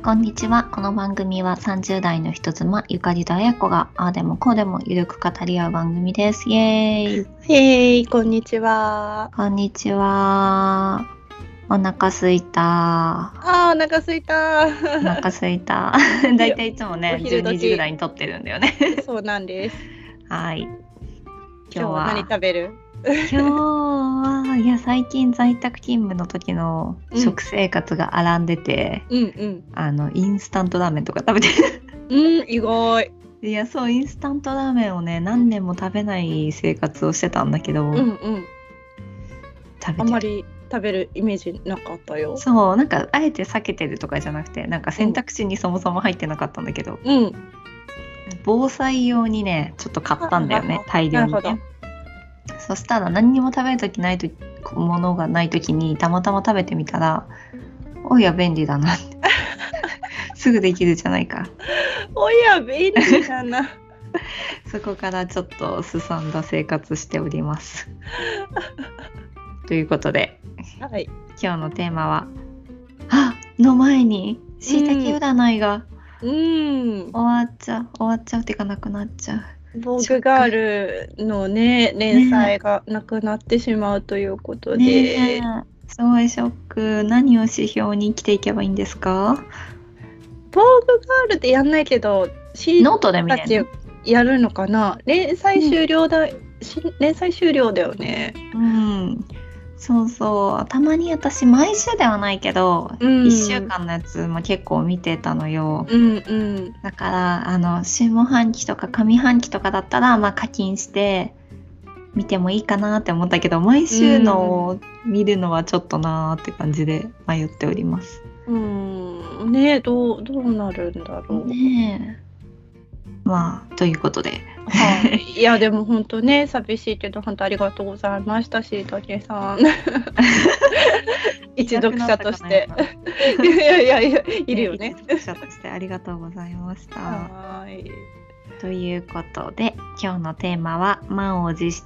こんにちは。この番組は30代の人妻ゆかりとあやこがああでもこうでもゆるく語り合う番組です。イエーイ。 こんにちは。 こんにちは。お腹すいた。 お腹すいた。 お腹すいた。だいたいいつもね、12時ぐらいに撮ってるんだよね。 そうなんです。 はい。 今日は何食べる？ 今日はいや最近在宅勤務の時の食生活が荒んでて、インスタントラーメンとか食べてる。 意外。 いやそうインスタントラーメンをね何年も食べない生活をしてたんだけど、 あんまり食べるイメージなかったよ。 そうなんかあえて避けてるとかじゃなくてなんか選択肢にそもそも入ってなかったんだけど、防災用にねちょっと買ったんだよね、大量にね。そしたら何にも食べるときないとものがないときにたまたま食べてみたらおや便利だなってすぐできるじゃないか。 おや便利だなそこからちょっとすさんだ生活しておりますということで、今日のテーマはの前にしいたけ占いが終わっちゃうっていうかなくなっちゃう。 ボーグガールのね連載がなくなってしまうということで、 すごいショック。何を指標に生きていけばいいんですか？ ボーグガールでやんないけどノートで見れるの？ やるのかな。連載終了だよね。 そうそう。たまに私毎週ではないけど、1週間のやつも結構見てたのよ。だから下半期とか上半期とかだったら課金して見てもいいかなって思ったけど、毎週のを見るのはちょっとなーって感じで迷っております。 ね、どうなるんだろうね。ということで、 いやでも本当ね寂しいけど本当ありがとうございましたしいたけさん一読者としているよね。 一読者としてありがとうございました。ということで今日のテーマは満を持して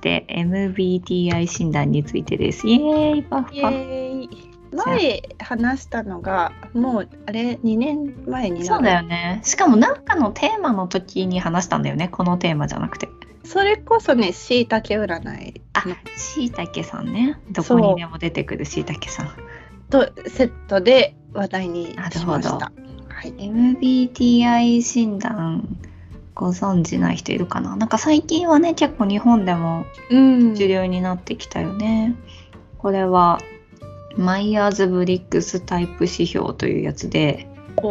MBTI 診断についてです。イエーイパフパフ。 前話したのがもうあれ2年前になる。 そうだよね。しかも何かのテーマの時に話したんだよね。このテーマじゃなくて。 それこそねしいたけ占い。 しいたけさんね。どこにでも出てくるしいたけさんとセットで話題にしました。 MBTI 診断ご存知ない人いるかな。なんか最近はね結構日本でも主流になってきたよね。これはマイヤーズブリックスタイプ指標というやつで、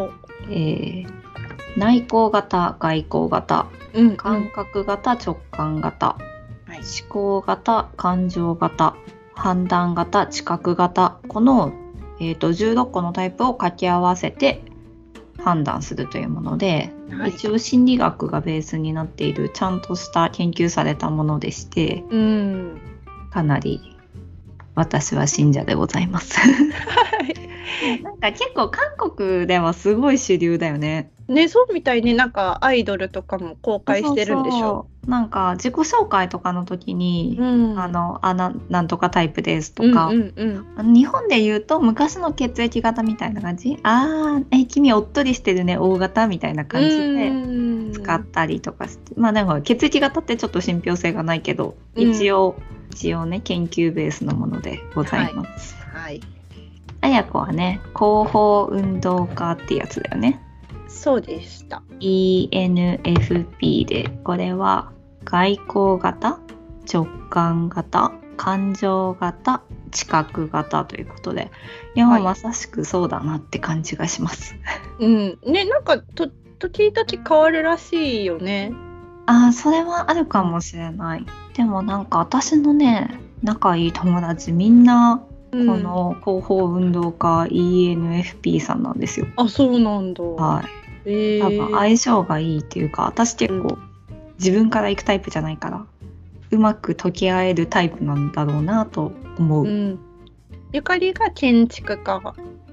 内向型、外向型、感覚型、直感型、思考型、感情型、判断型、知覚型、この、16個のタイプを掛け合わせて判断するというもので、一応心理学がベースになっているちゃんとした研究されたものでして、かなり私は信者でございますなんか結構韓国ではすごい主流だよね。 ね、そうみたいになんかアイドルとかも公開してるんでしょ。 なんか自己紹介とかの時に、なんとかタイプですとか、日本で言うと昔の血液型みたいな感じ。君おっとりしてるね O 型みたいな感じで使ったりとかして、でも血液型ってちょっと信憑性がないけど、一応ね研究ベースのものでございます。あやこはね広報運動家ってやつだよね。 そうでした。 ENFP で、これは外向型、直感型、感情型、知覚型ということで、いや、まさしくそうだなって感じがしますね、なんか時々変わるらしいよね。 それはあるかもしれない。でもなんか私のね仲いい友達みんなこの広報運動家 ENFP さんなんですよ。 そうなんだ。 多分相性がいいっていうか、私結構自分から行くタイプじゃないからうまく溶け合えるタイプなんだろうなと思う。 ゆかりが建築家。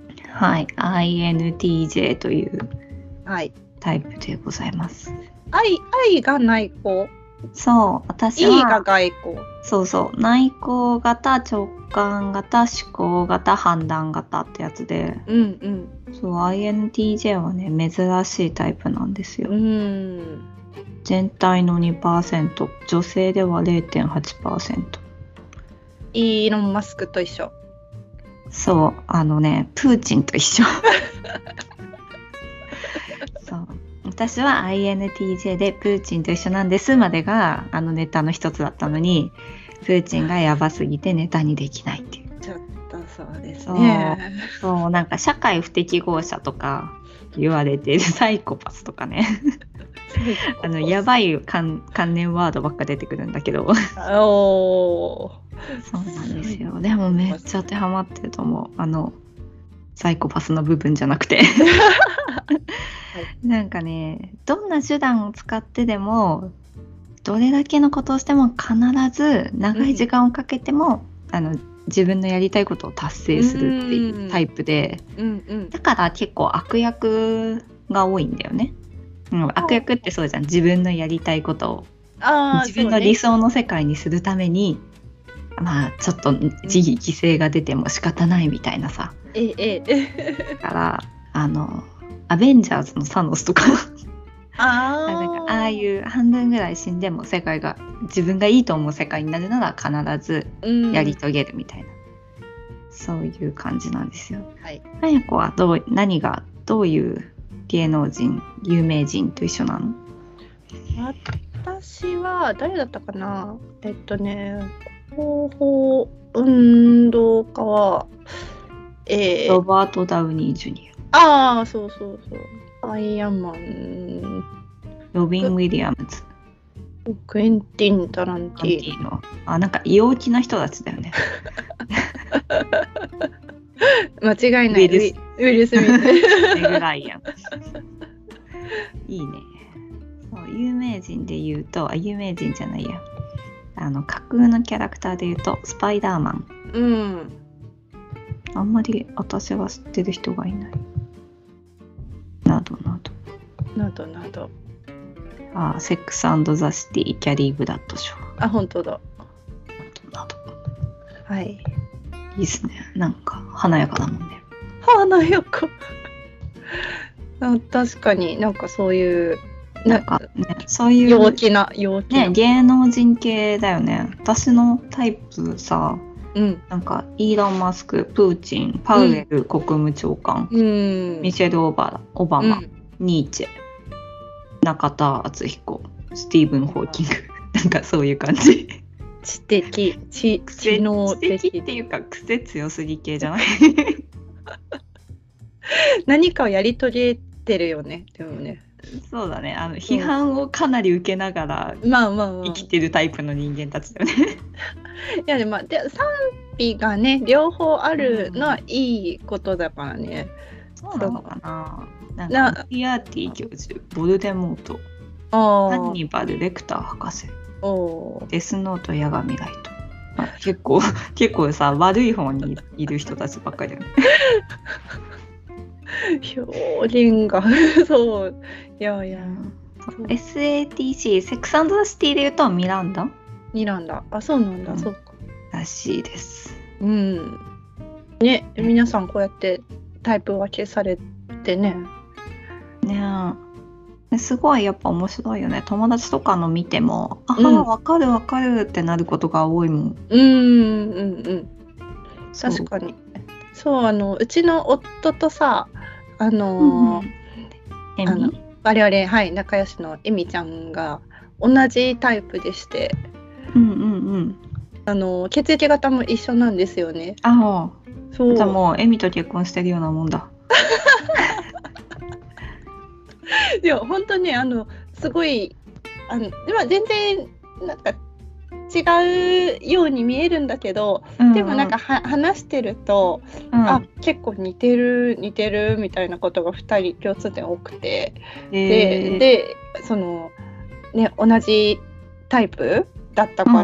INTJ というタイプでございます。 I が内向。 そう、私は E が外向。 そう内向型、直感型、思考型、判断型ってやつで、 そう、INTJ はね、珍しいタイプなんですよ。全体の 2%、女性では 0.8%。 イーロン・マスクと一緒。 そう、プーチンと一緒。そう、私は INTJ でプーチンと一緒なんですまでがネタの一つだったのに、プーチンがやばすぎてネタにできないっていう。 ちょっとそうですね。 そう、なんか社会不適合者とか言われてるサイコパスとかね。やばい関連ワードばっか出てくるんだけど。そうなんですよ。でもめっちゃ当てはまってると思う。サイコパスの部分じゃなくて。なんかね、どんな手段を使ってでも、どれだけのことをしても必ず長い時間をかけても、自分のやりたいことを達成するっていうタイプで、だから結構悪役が多いんだよね。悪役ってそうじゃん。自分のやりたいことを自分の理想の世界にするために、まあちょっと犠牲が出ても仕方ないみたいなさ。だからアベンジャーズのサノスとかなんかああいう半分ぐらい死んでも世界が自分がいいと思う世界になるなら必ずやり遂げるみたいな、そういう感じなんですよ。あやこはどういう芸能人、有名人と一緒なの？ 私は誰だったかな。広報運動家は、 ロバート・ダウニー・ジュニア。そうそうそう。アイアンマン。 ロビン・ウィリアムズ。 クエンティン・タランティーノ。 なんか陽気な人たちだよね。 間違いない。ウィル・スミス。 メグライアン。いいね。そう、有名人で言うと、有名人じゃないや。架空のキャラクターで言うと、スパイダーマン。あんまり私が知ってる人がいない。などなど。セックス&ザ・シティ、キャリー・ブラッドショー。 本当だ。 など。 はい。 いいですね。なんか華やかだもんね。 華やか。確かになんかそういうなんかね、そういう陽気なね、芸能人系だよね。私のタイプさ、なんかイーロン・マスク、プーチン、パウエル国務長官、ミシェル・オバマ、ニーチェ、中田敦彦、スティーブン・ホーキング、なんかそういう感じ。 知的っていうか癖強すぎ系じゃない？ 何かをやり遂げてるよね。でもね。 そうだね。批判をかなり受けながら生きてるタイプの人間たちだよね。 いやでも賛否がね両方あるのはいいことだからね。 そうなのかな。なんかモリアーティ教授、ボルデモート、ハンニバル・レクター博士、デスノート、ヤガミライト。結構さ、悪い方にいる人たちばっかりだよね。 表現がそういや SATC、セックス&ザ・シティで言うとミランダ。 そうなんだ、そうからしいです。 ね、皆さんこうやってタイプ分けされてね。 すごいやっぱ面白いよね。友達とかの見ても分かるってなることが多いもん。 確かに。そううちの夫とさ我々、仲良しのエミちゃんが同じタイプでして、血液型も一緒なんですよね。 そうじゃあもうエミと結婚してるようなもんだ。 いや本当にすごい全然なんか違うように見えるんだけど、でもなんか話してると、結構似てるみたいなことが2人共通点多くて、でそのね同じタイプだったから、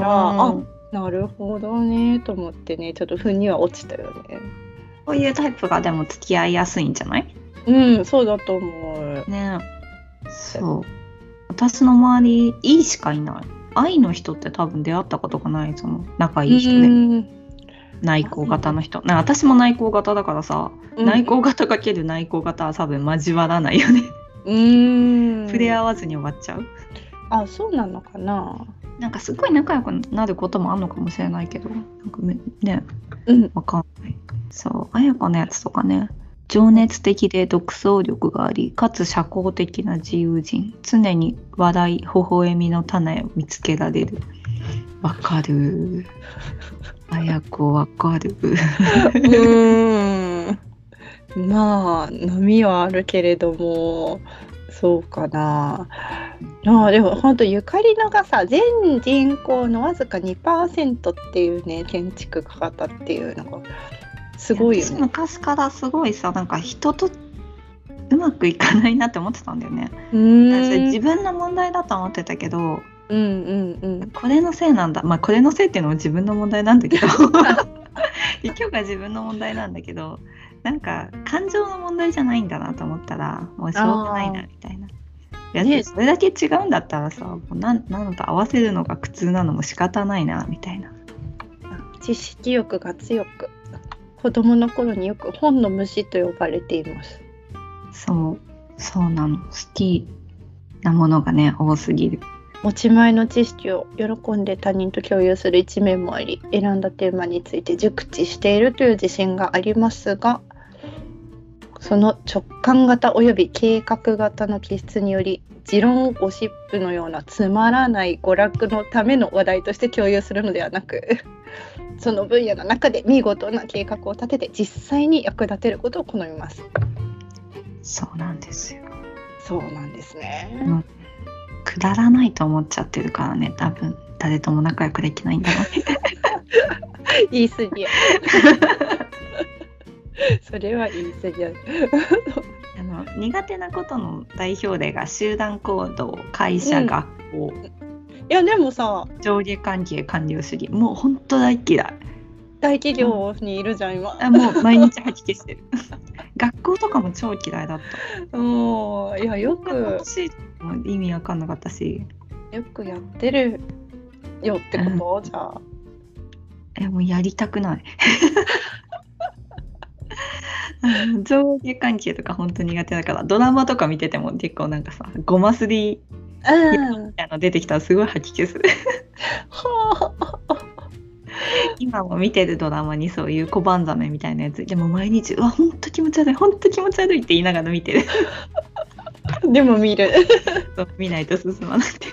なるほどねと思ってね、ちょっと腑には落ちたよね。 こういうタイプがでも付き合いやすいんじゃない？ そうだと思うね。そう、私の周りいいしかいない。愛の人って多分出会ったことがない、その仲いい人で。 内向型の人。私も内向型だからさ、内向型かける内向型は多分交わらないよね。触れ合わずに終わっちゃう。 あ、そうなのかな。 なんかすごい仲良くなることもあるのかもしれないけど、なんかね、わかんない。そう、彩香のやつとかね、情熱的で独創力があり、かつ社交的な自由人、常に笑い微笑みの種を見つけられる。わかる。彩子わかる。 まあ波はあるけれども、そうかな。でも本当ゆかりのがさ、全人口のわずか 2% っていうね、建築家方っていうのがすごいよね。 私昔からすごいさ、なんか人とうまくいかないなって思ってたんだよね。自分の問題だと思ってたけど、これのせいなんだ。これのせいっていうのも自分の問題なんだけど結局は自分の問題なんだけど、なんか感情の問題じゃないんだなと思ったら、もうしょうがないなみたいな。それだけ違うんだったらさ、もうなんか合わせるのが苦痛なのも仕方ないなみたいな。 知識欲が強く、子供の頃によく本の虫と呼ばれています。 そうなの。好きなものがね、多すぎる。 持ち前の知識を喜んで他人と共有する一面もあり、選んだテーマについて熟知しているという自信がありますが、その直感型および計画型の気質により、持論ゴシップのようなつまらない娯楽のための話題として共有するのではなく、その分野の中で見事な計画を立てて実際に役立てることを好みます。 そうなんですよ。 そうなんですね。 くだらないと思っちゃってるからね、多分誰とも仲良くできないんだろうね。 言い過ぎや。それは言い過ぎや。 苦手なことの代表例が集団行動、会社、学校。 いやでもさ、 上下関係、官僚主義、もう本当大嫌い。 大企業にいるじゃん今。 もう毎日吐き気してる。学校とかも超嫌いだった。 いやよく意味わかんなかったし。 よくやってるよってこと、じゃあ。 もうやりたくない。上下関係とか本当苦手だから、ドラマとか見てても結構なんかさ、ごますりみたいなの出てきたらすごい吐き気する。今も見てるドラマにそういう小判ザメみたいなやつでも毎日本当気持ち悪い、本当気持ち悪いって言いながら見てる。 でも見る。 見ないと進まなくて。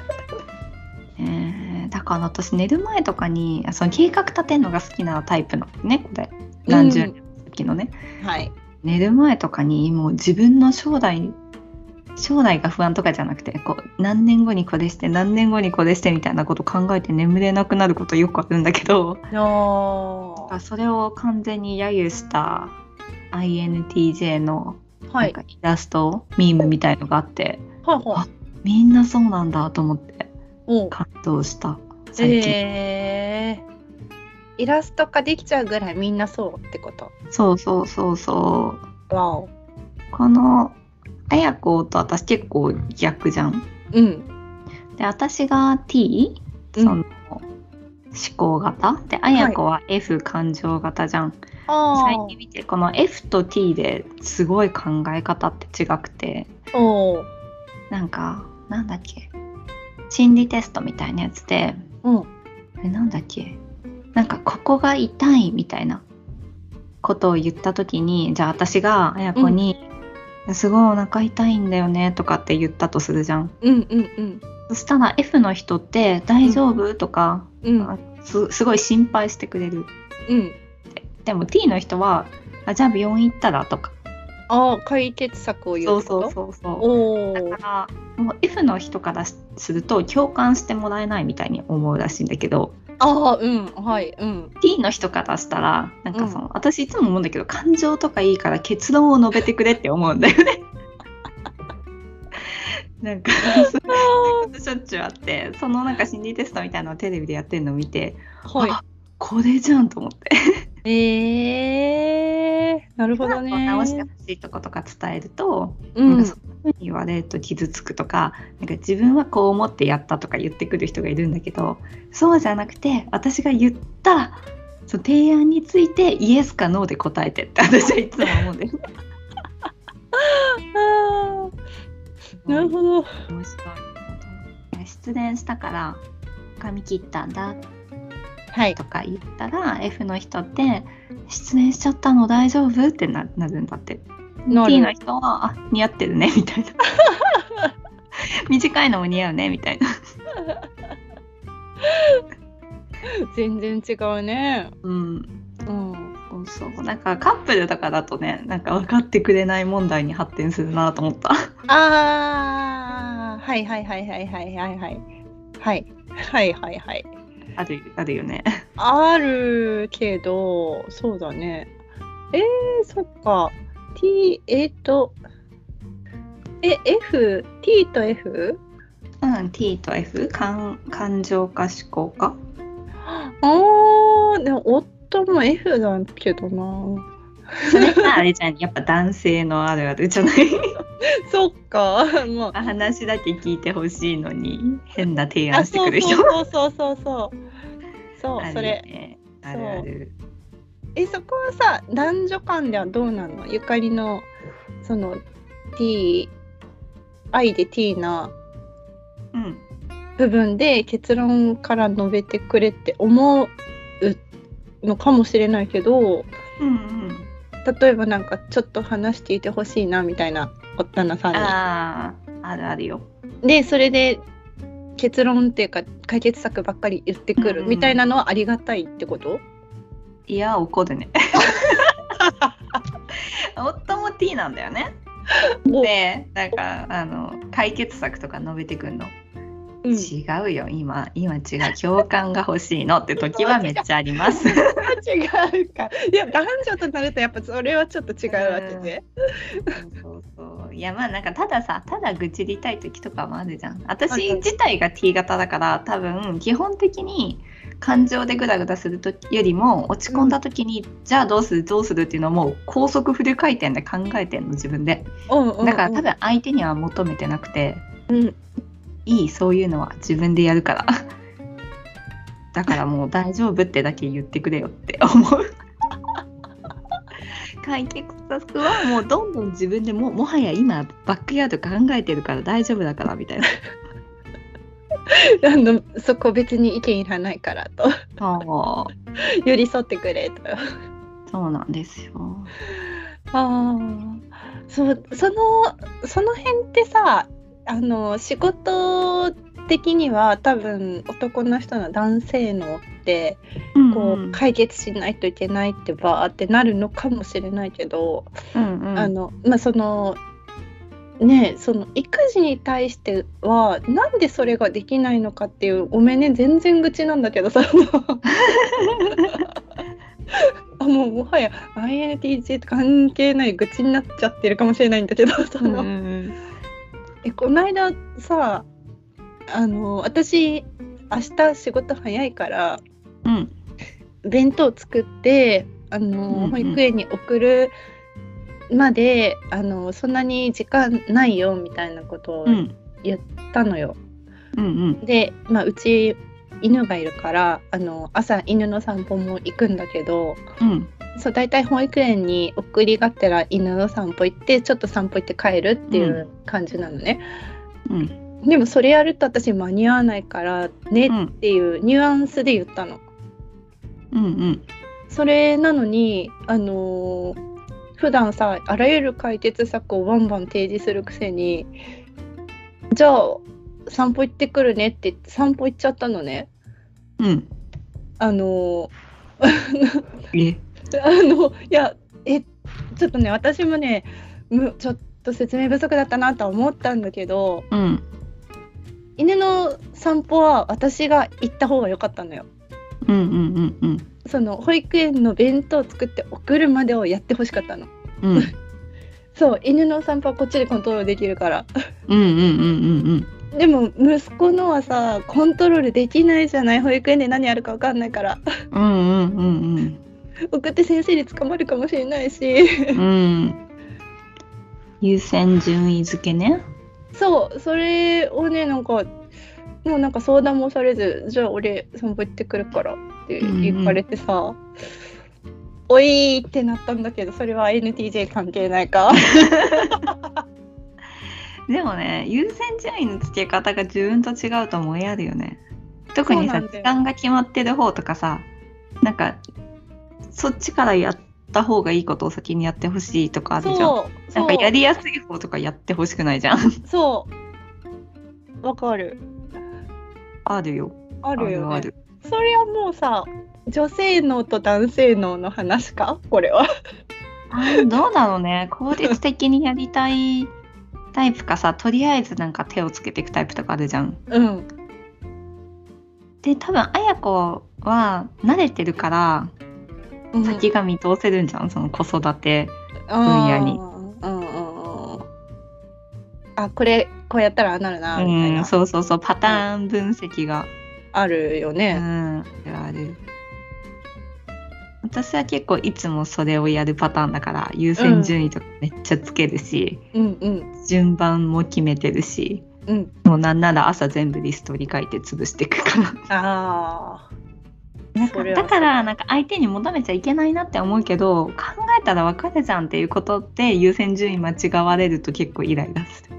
だから私寝る前とかにその計画立てるのが好きなタイプなんですね。これ何十年先のね、寝る前とかにもう自分の将来が不安とかじゃなくて、こう何年後にこれして何年後にこれしてみたいなこと考えて眠れなくなることよくあるんだけど、それを完全に揶揄した INTJ のなんかイラスト、ミームみたいのがあって、みんなそうなんだと思って感動した最近。 イラスト化できちゃうぐらいみんなそうってこと？ そう。この彩子と私結構逆じゃん。で私が T、その思考型で、彩子は F 感情型じゃん。最近見てこの F と T ですごい考え方って違くて、なんかなんだっけ、心理テストみたいなやつで、なんだっけ、なんかここが痛いみたいなことを言った時に、じゃあ私が彩子に、すごいお腹痛いんだよねとかって言ったとするじゃん。そしたら F の人って大丈夫、とか、すごい心配してくれる。でも T の人はじゃあ病院行ったらとか、 解決策を言うってこと？ そうだからもう F の人からすると共感してもらえないみたいに思うらしいんだけど、T の人からしたらなんか私いつも思うんだけど、感情とかいいから結論を述べてくれって思うんだよね。なんかしょっちゅうあって、そのなんか心理テストみたいなのをテレビでやってるのを見て、これじゃんと思って。 なるほどね。 直してほしいとことか伝えると、なんかそんな風に言われると傷つくとか、なんか自分はこう思ってやったとか言ってくる人がいるんだけど、そうじゃなくて私が言ったらそう、提案についてイエスかノーで答えてって私はいつも思うんです。 なるほど。面白い。失恋したから髪切ったんだ、はい、とか言ったら F の人って失恋しちゃったの大丈夫ってなるんだって。T の人はあ似合ってるねみたいな短いのも似合うねみたいな全然違うね。 うん、そうなんかカップルとかだとね、なんか分かってくれない問題に発展するなと思った。 はいはいはいはいはいはいはいはいはいはいはい、 あるよね。 あるけど、そうだね。そっか。F、T と F？ うん、T と F、感情か思考か。 でも夫も F だけどな。 それがあれじゃん、やっぱ男性のあるあるじゃない。 そっか。 もう話だけ聞いてほしいのに変な提案してくる人。 そう、それ。あるある。そこはさ、男女間ではどうなの？ゆかりのその T、愛で T な部分で結論から述べてくれって思うのかもしれないけど、例えばなんかちょっと話していてほしいなみたいな旦那さんに。 あるあるよ。 でそれで結論っていうか解決策ばっかり言ってくるみたいなのはありがたいってこと？ いや怒るね。夫も T なんだよね。でなんか解決策とか述べてくんの、違うよ今違う、共感が欲しいのって時はめっちゃあります。 違うか。いや男女となるとやっぱそれはちょっと違うわけで、 いやまあなんかただ愚痴りたい時とかもあるじゃん。私自体が T 型だから多分基本的に感情でグダグダするよりも落ち込んだ時に、じゃあどうするっていうのをもう高速フル回転で考えてんの自分で。だから多分相手には求めてなくて、いいそういうのは自分でやるからだからもう大丈夫ってだけ言ってくれよって思う。解決策はもうどんどん自分でもはや今バックヤード考えてるから大丈夫だからみたいな。 そこ別に意見いらないからと寄り添ってくれと。 そうなんですよ。 そうその辺ってさ、仕事的には多分男の人の男性脳ってこう解決しないといけないってバーってなるのかもしれないけど、そのね、その育児に対してはなんでそれができないのかっていう、ごめんね全然愚痴なんだけどさもうもはや INTJ と関係ない愚痴になっちゃってるかもしれないんだけどこの間さ、私明日仕事早いから、弁当作って保育園に送るまでそんなに時間ないよみたいなことを言ったのよ。で、うち犬がいるから朝犬の散歩も行くんだけど、そうだいたい保育園に送りがてら犬の散歩行ってちょっと散歩行って帰るっていう感じなのね。でもそれやると私間に合わないからねっていうニュアンスで言ったの。それなのに普段さあらゆる解決策をバンバン提示するくせに、じゃあ散歩行ってくるねって言って散歩行っちゃったのね。いやちょっとね私もねちょっと説明不足だったなとは思ったんだけど、犬の散歩は私が行った方が良かったのよ。その保育園の弁当を作って送るまでをやってほしかったの。そう犬の散歩はこっちでコントロールできるから。でも息子のはさコントロールできないじゃない、保育園で何やるか分かんないから。送って先生に捕まるかもしれないし。 優先順位付けね。 そうそれをねなんかもうなんか相談もされず、じゃあ俺散歩行ってくるからって言われてさ、おいってなったんだけど、それは NTJ 関係ないか。 でもね、優先順位のつけ方が自分と違うと燃えあるよね。特にさ、時間が決まってる方とかさ、なんかそっちからやった方がいいことを先にやってほしいとかあるじゃん。なんかやりやすい方とかやってほしくないじゃん。 そう、わかる。 あるよ。 あるよね。それはもうさ、女性脳と男性脳の話か、これは。 どうだろうね。効率的にやりたいタイプかさ、とりあえずなんか手をつけていくタイプとかあるじゃん。 うん。で、 多分綾子は慣れてるから、先が見通せるんじゃん、その子育て分野に。 あ、これこうやったらなるなみたいな。 そうそうそう、パターン分析が、 あるよね。 ある。私は結構いつもそれをやるパターンだから、優先順位とかめっちゃつけるし、順番も決めてるし、もうなんなら朝全部リストに書いて潰していくからだからなんか相手に求めちゃいけないなって思うけど、考えたら分かるじゃんっていうことって優先順位間違われると結構イライラする。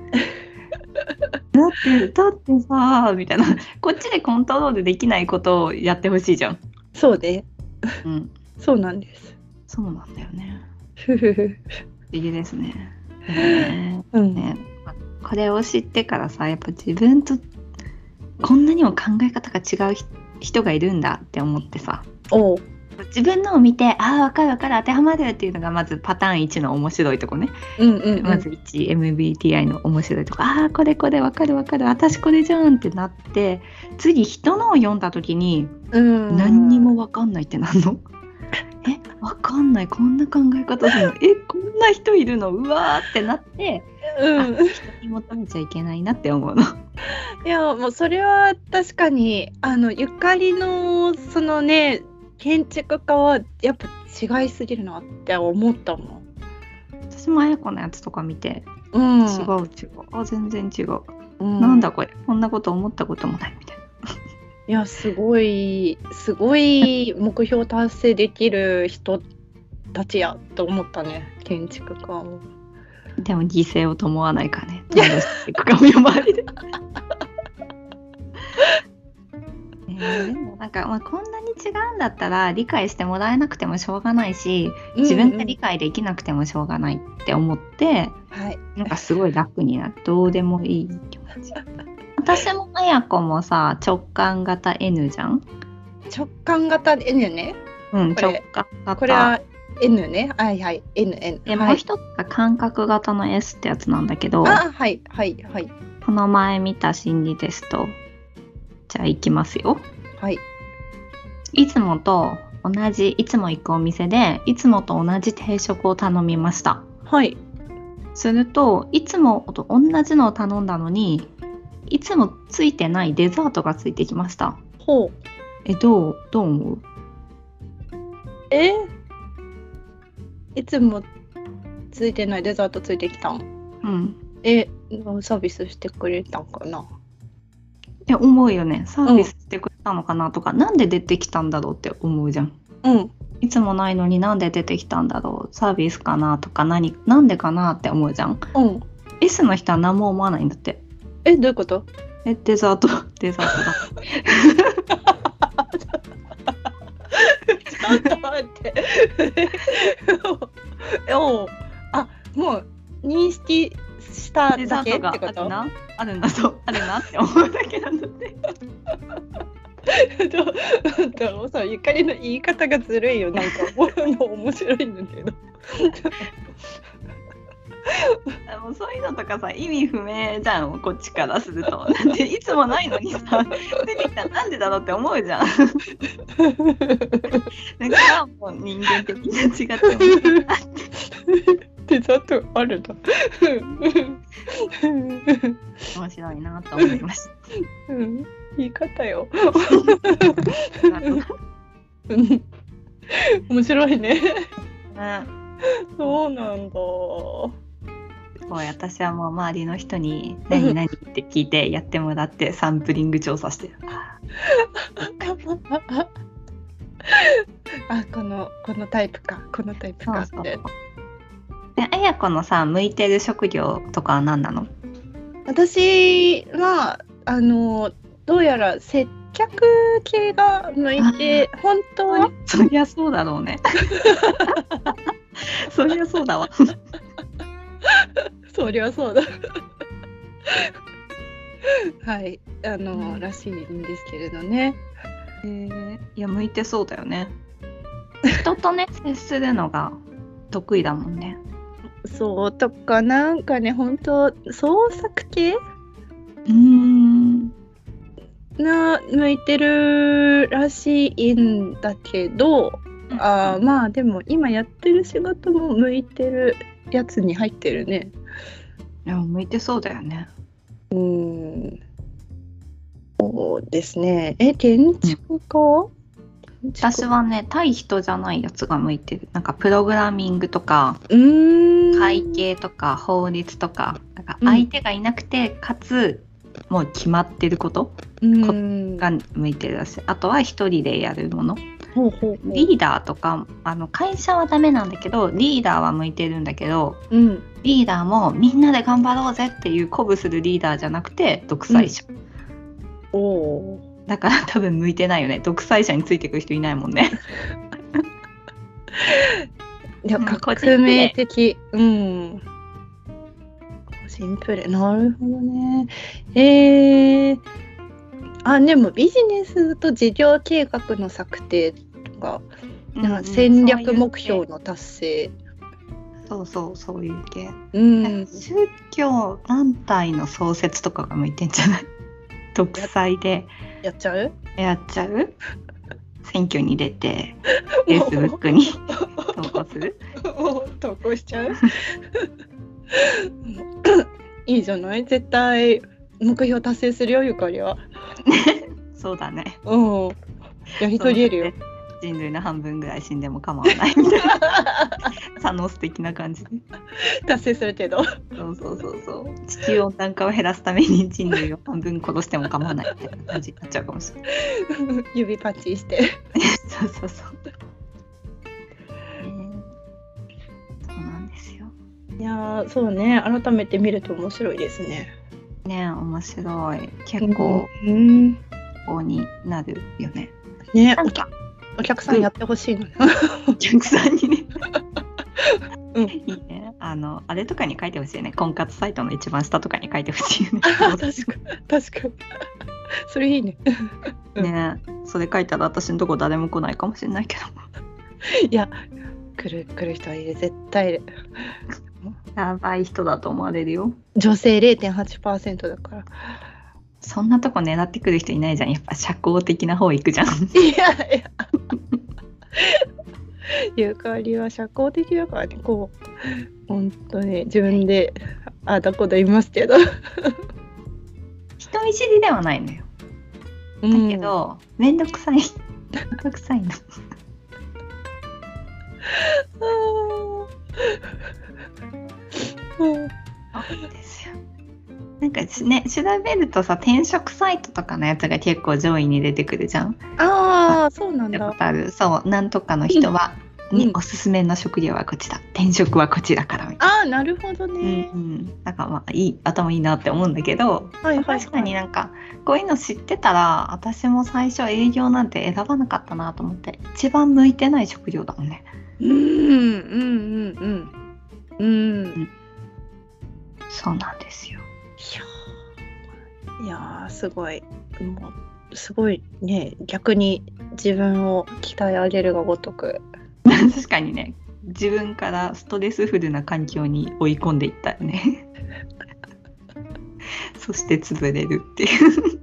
だってさみたいな、こっちでコントロールできないことをやってほしいじゃん。 そうで、そうなんです。 そうなんだよね。不思議ですね。ね、これを知ってからさ、やっぱ自分とこんなにも考え方が違う人がいるんだって思ってさ、自分のを見て、分かる分かる、当てはまるっていうのがまずパターン1の面白いとこね。まず 1MBTI の面白いとこ、これこれ分かる分かる、私これじゃんってなって、次人のを読んだ時に何にも分かんないってなんの。分かんない、こんな考え方するの、こんな人いるの、うわーってなって、人に求めちゃいけないなって思うの。 いや、もうそれは確かにゆかりのそのね、建築家はやっぱ違いすぎるなって思ったもん。 私も綾子のやつとか見て、違う全然違う、なんだこれ、こんなこと思ったこともないみたいな。 いや、すごい目標達成できる人たちやと思ったね、建築家も。 でも犠牲を伴わないからね、どうしていくかもよ、周りで。でもなんか、こんなに違うんだったら理解してもらえなくてもしょうがないし、自分が理解できなくてもしょうがないって思って、なんかすごい楽になって、どうでもいい気持ち。私も綾子もさ、直感型 N じゃん。 直感型 N ね。 直感型。 これは N ね。N。 で、もう一つが感覚型の S ってやつなんだけど。この前見た心理テスト。じゃあ行きますよ。いつもと同じ、いつも行くお店でいつもと同じ定食を頼みました。すると、いつもと同じのを頼んだのに、いつもついてないデザートがついてきました。どう思う？ いつもついてないデザートついてきたん？サービスしてくれたんかな？ 思うよね。サービスしてくれたのかなとか、なんで出てきたんだろうって思うじゃん。いつもないのになんで出てきたんだろう、サービスかなとか、なんでかなって思うじゃん。S の人は何も思わないんだって。 どういうこと？ デザートだ。ちょっと待って。もう認識しただけってこと？ あるなって思うだけなんだって。 ゆかりの言い方がずるいよ。なんか面白いんだけど。 もうそういうのとかさ、意味不明じゃん、こっちからすると。でいつもないのにさ、出てきたらなんでだろうって思うじゃん。だからもう人間的に違ってもデザートあるな。 面白いなと思いました。 言い方よ。面白いね。そうなんだ。 私はもう周りの人に何々って聞いてやってもらってサンプリング調査してる。 このタイプかこのタイプかって。 そうあやこのさ向いてる職業とかは何なの？ 私はどうやら接客系が向いて、本当にそりゃそうだろうねそりゃそうだわそりゃそうだはいらしいんですけれどね。 いや向いてそうだよね。人とね接するのが得意だもんね。 そうとかなんかね本当創作系向いてるらしいんだけど、まあでも今やってる仕事も向いてるやつに入ってるね。 いや向いてそうだよね。 そうですね。建築家？ 私はね対人じゃないやつが向いてる。なんかプログラミングとか会計とか法律とか、なんか相手がいなくて、かつもう決まってることが向いてるらしい。あとは一人でやるもの、リーダーとか会社はダメなんだけどリーダーは向いてるんだけど、リーダーもみんなで頑張ろうぜっていう鼓舞するリーダーじゃなくて独裁者、だから多分向いてないよね。独裁者についてくる人いないもんねいや革命的。個人プレイなるほどね。でもビジネスと事業計画の策定とか、戦略目標の達成、 そういう系。宗教団体の創設とかが向いてんじゃない？独裁でやっちゃう選挙に出てFacebook に投稿する投稿しちゃういいじゃない？絶対目標達成するよゆかりはそうだね。 やり遂げるよ。 人類の半分ぐらい死んでも構わないみたいなサノス的な感じで達成するけどそう地球温暖化を減らすために人類を半分殺しても構わないみたいな感じになっちゃうかもしれない指パッチしてそうなんですよ。 いやそうね、改めて見ると面白いですね。 面白い。結構こうになるよね。なんかお客さんやってほしいのね。 お客さんにねいいね。あれとかに書いてほしいね。婚活サイトの一番下とかに書いてほしいよね。 確かにそれいいね。 それ書いたら私のとこ誰も来ないかもしれないけどいや来る人はいる、絶対いる。 やばい人だと思われるよ。 女性 0.8% だから。 そんなとこ狙ってくる人いないじゃん。やっぱ社交的な方行くじゃん。 ゆかりは社交的だからね。こう本当に自分でだこだ言いますけど人見知りではないのよ。だけどめんどくさいのそうですよ。なんかね、調べるとさ転職サイトとかのやつが結構上位に出てくるじゃん。 そうなんだ。 そうなんとかの人は、おすすめの職業はこっちだ、転職はこっちだからみたいな。なるほどね。 だからまあ頭いいなって思うんだけど、確かになんかこういうの知ってたら私も最初営業なんて選ばなかったなと思って。一番向いてない職業だもんね。そうなんですよ。 いやすごい、もうすごいね。逆に自分を鍛え上げるがごとく確かにね、自分からストレスフルな環境に追い込んでいったよねそして潰れるっていう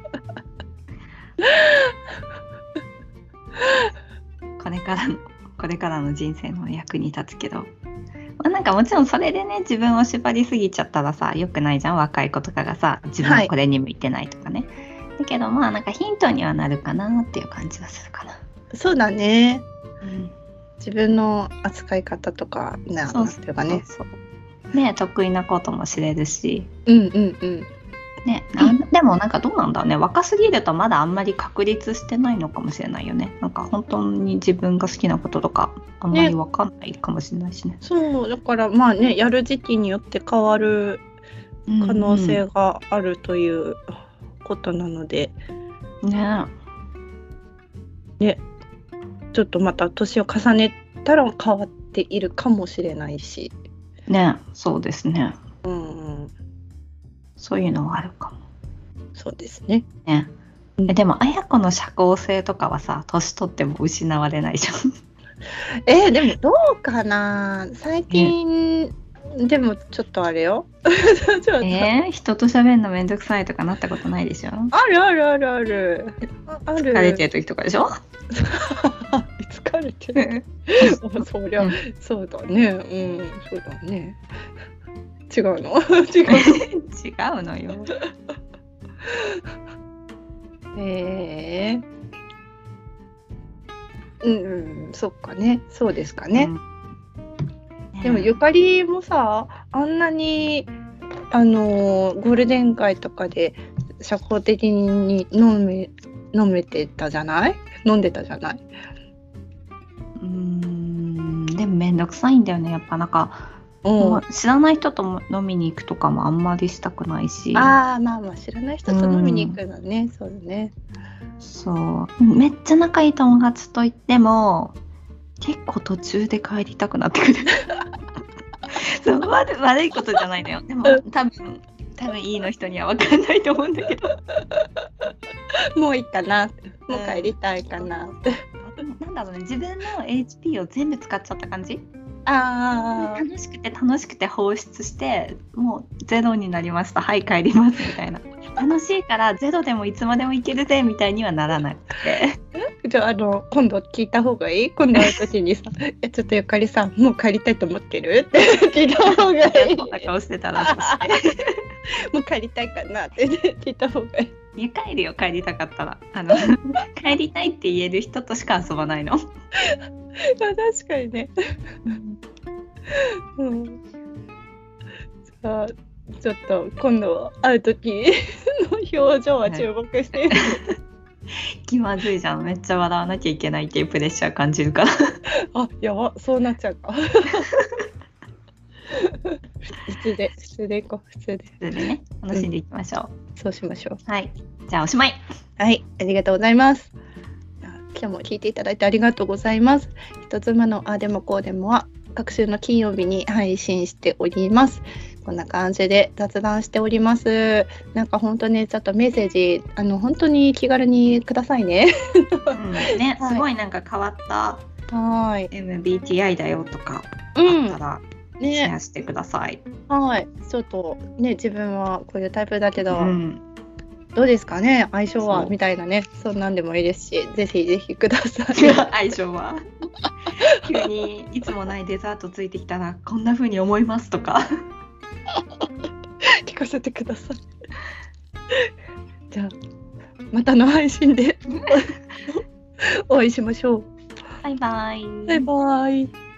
これからの人生の役に立つけど、なんかもちろんそれでね自分を縛りすぎちゃったらさ良くないじゃん。若い子とかがさ自分はこれに向いてないとかね、だけどなんかヒントにはなるかなっていう感じはするかな。 そうだね、自分の扱い方とかなんていうかね、 得意なことも知れるし、 ね、でもなんかどうなんだね、若すぎるとまだあんまり確立してないのかもしれないよね。なんか本当に自分が好きなこととかあんまり分かんないかもしれないしね。 そうだからまあね、やる時期によって変わる可能性があるということなので、 ねちょっとまた年を重ねたら変わっているかもしれないしね、そうですね、 うんそういうのはあるかも。 そうですね。 でも綾子の社交性とかはさ、年取っても失われないじゃん。でもどうかな、最近、でもちょっとあれよ人と喋るのめんどくさいとかなったことないでしょ。 あるあるあるあるある。 疲れてる時とかでしょ疲れてるそりゃ、そうだね、そうだね。違うの違うのよそっかね、そうですかね。でもゆかりもさ、あんなにゴールデン街とかで社交的に飲んでたじゃない。 でもめんどくさいんだよね、やっぱなんか、知らない人と飲みに行くとかもあんまりしたくないし。 まあ知らない人と飲みに行くのね、そうだね。 そうめっちゃ仲いい友達と行っても結構途中で帰りたくなってくるそう悪いことじゃないのよ。でも多分いいの人には分かんないと思うんだけどもういいかな、もう帰りたいかななんだろうね、自分の HP を全部使っちゃった感じ。楽しくて放出してもうゼロになりました、はい帰りますみたいな。楽しいからゼロでもいつまでもいけるぜみたいにはならなくてじゃあ今度聞いた方がいい。今度会う時にさちょっとゆかりさんもう帰りたいと思ってるって聞いた方がいい。 そんな顔してたらもう帰りたいかなって聞いた方がいい。 帰るよ、帰りたかったら帰りたいって言える人としか遊ばないの確かにねさあちょっと今度会う時の表情は注目してる、 気まずいじゃん、めっちゃ笑わなきゃいけないっていうプレッシャー感じるからやば、そうなっちゃうか普通で行こう。普通でね、楽しんでいきましょう、そうしましょう。 はい、じゃあおしまい。 はい、ありがとうございます。今日も聞いていただいてありがとうございます。人妻のあでもこうでもは各週の金曜日に配信しております。こんな感じで雑談しております。なんか本当ね、ちょっとメッセージ本当に気軽にくださいね。 ね、すごいなんか変わったMBTI だよとかあったらシェアしてください。 ちょっとね、自分はこういうタイプだけど、どうですかね、相性はみたいなね、そんなんでもいいですし、ぜひぜひください。 相性は急にいつもないデザートついてきたらこんな風に思いますとか聞かせてください。じゃあまたの配信でお会いしましょう。 バイバイ。 バイバイ。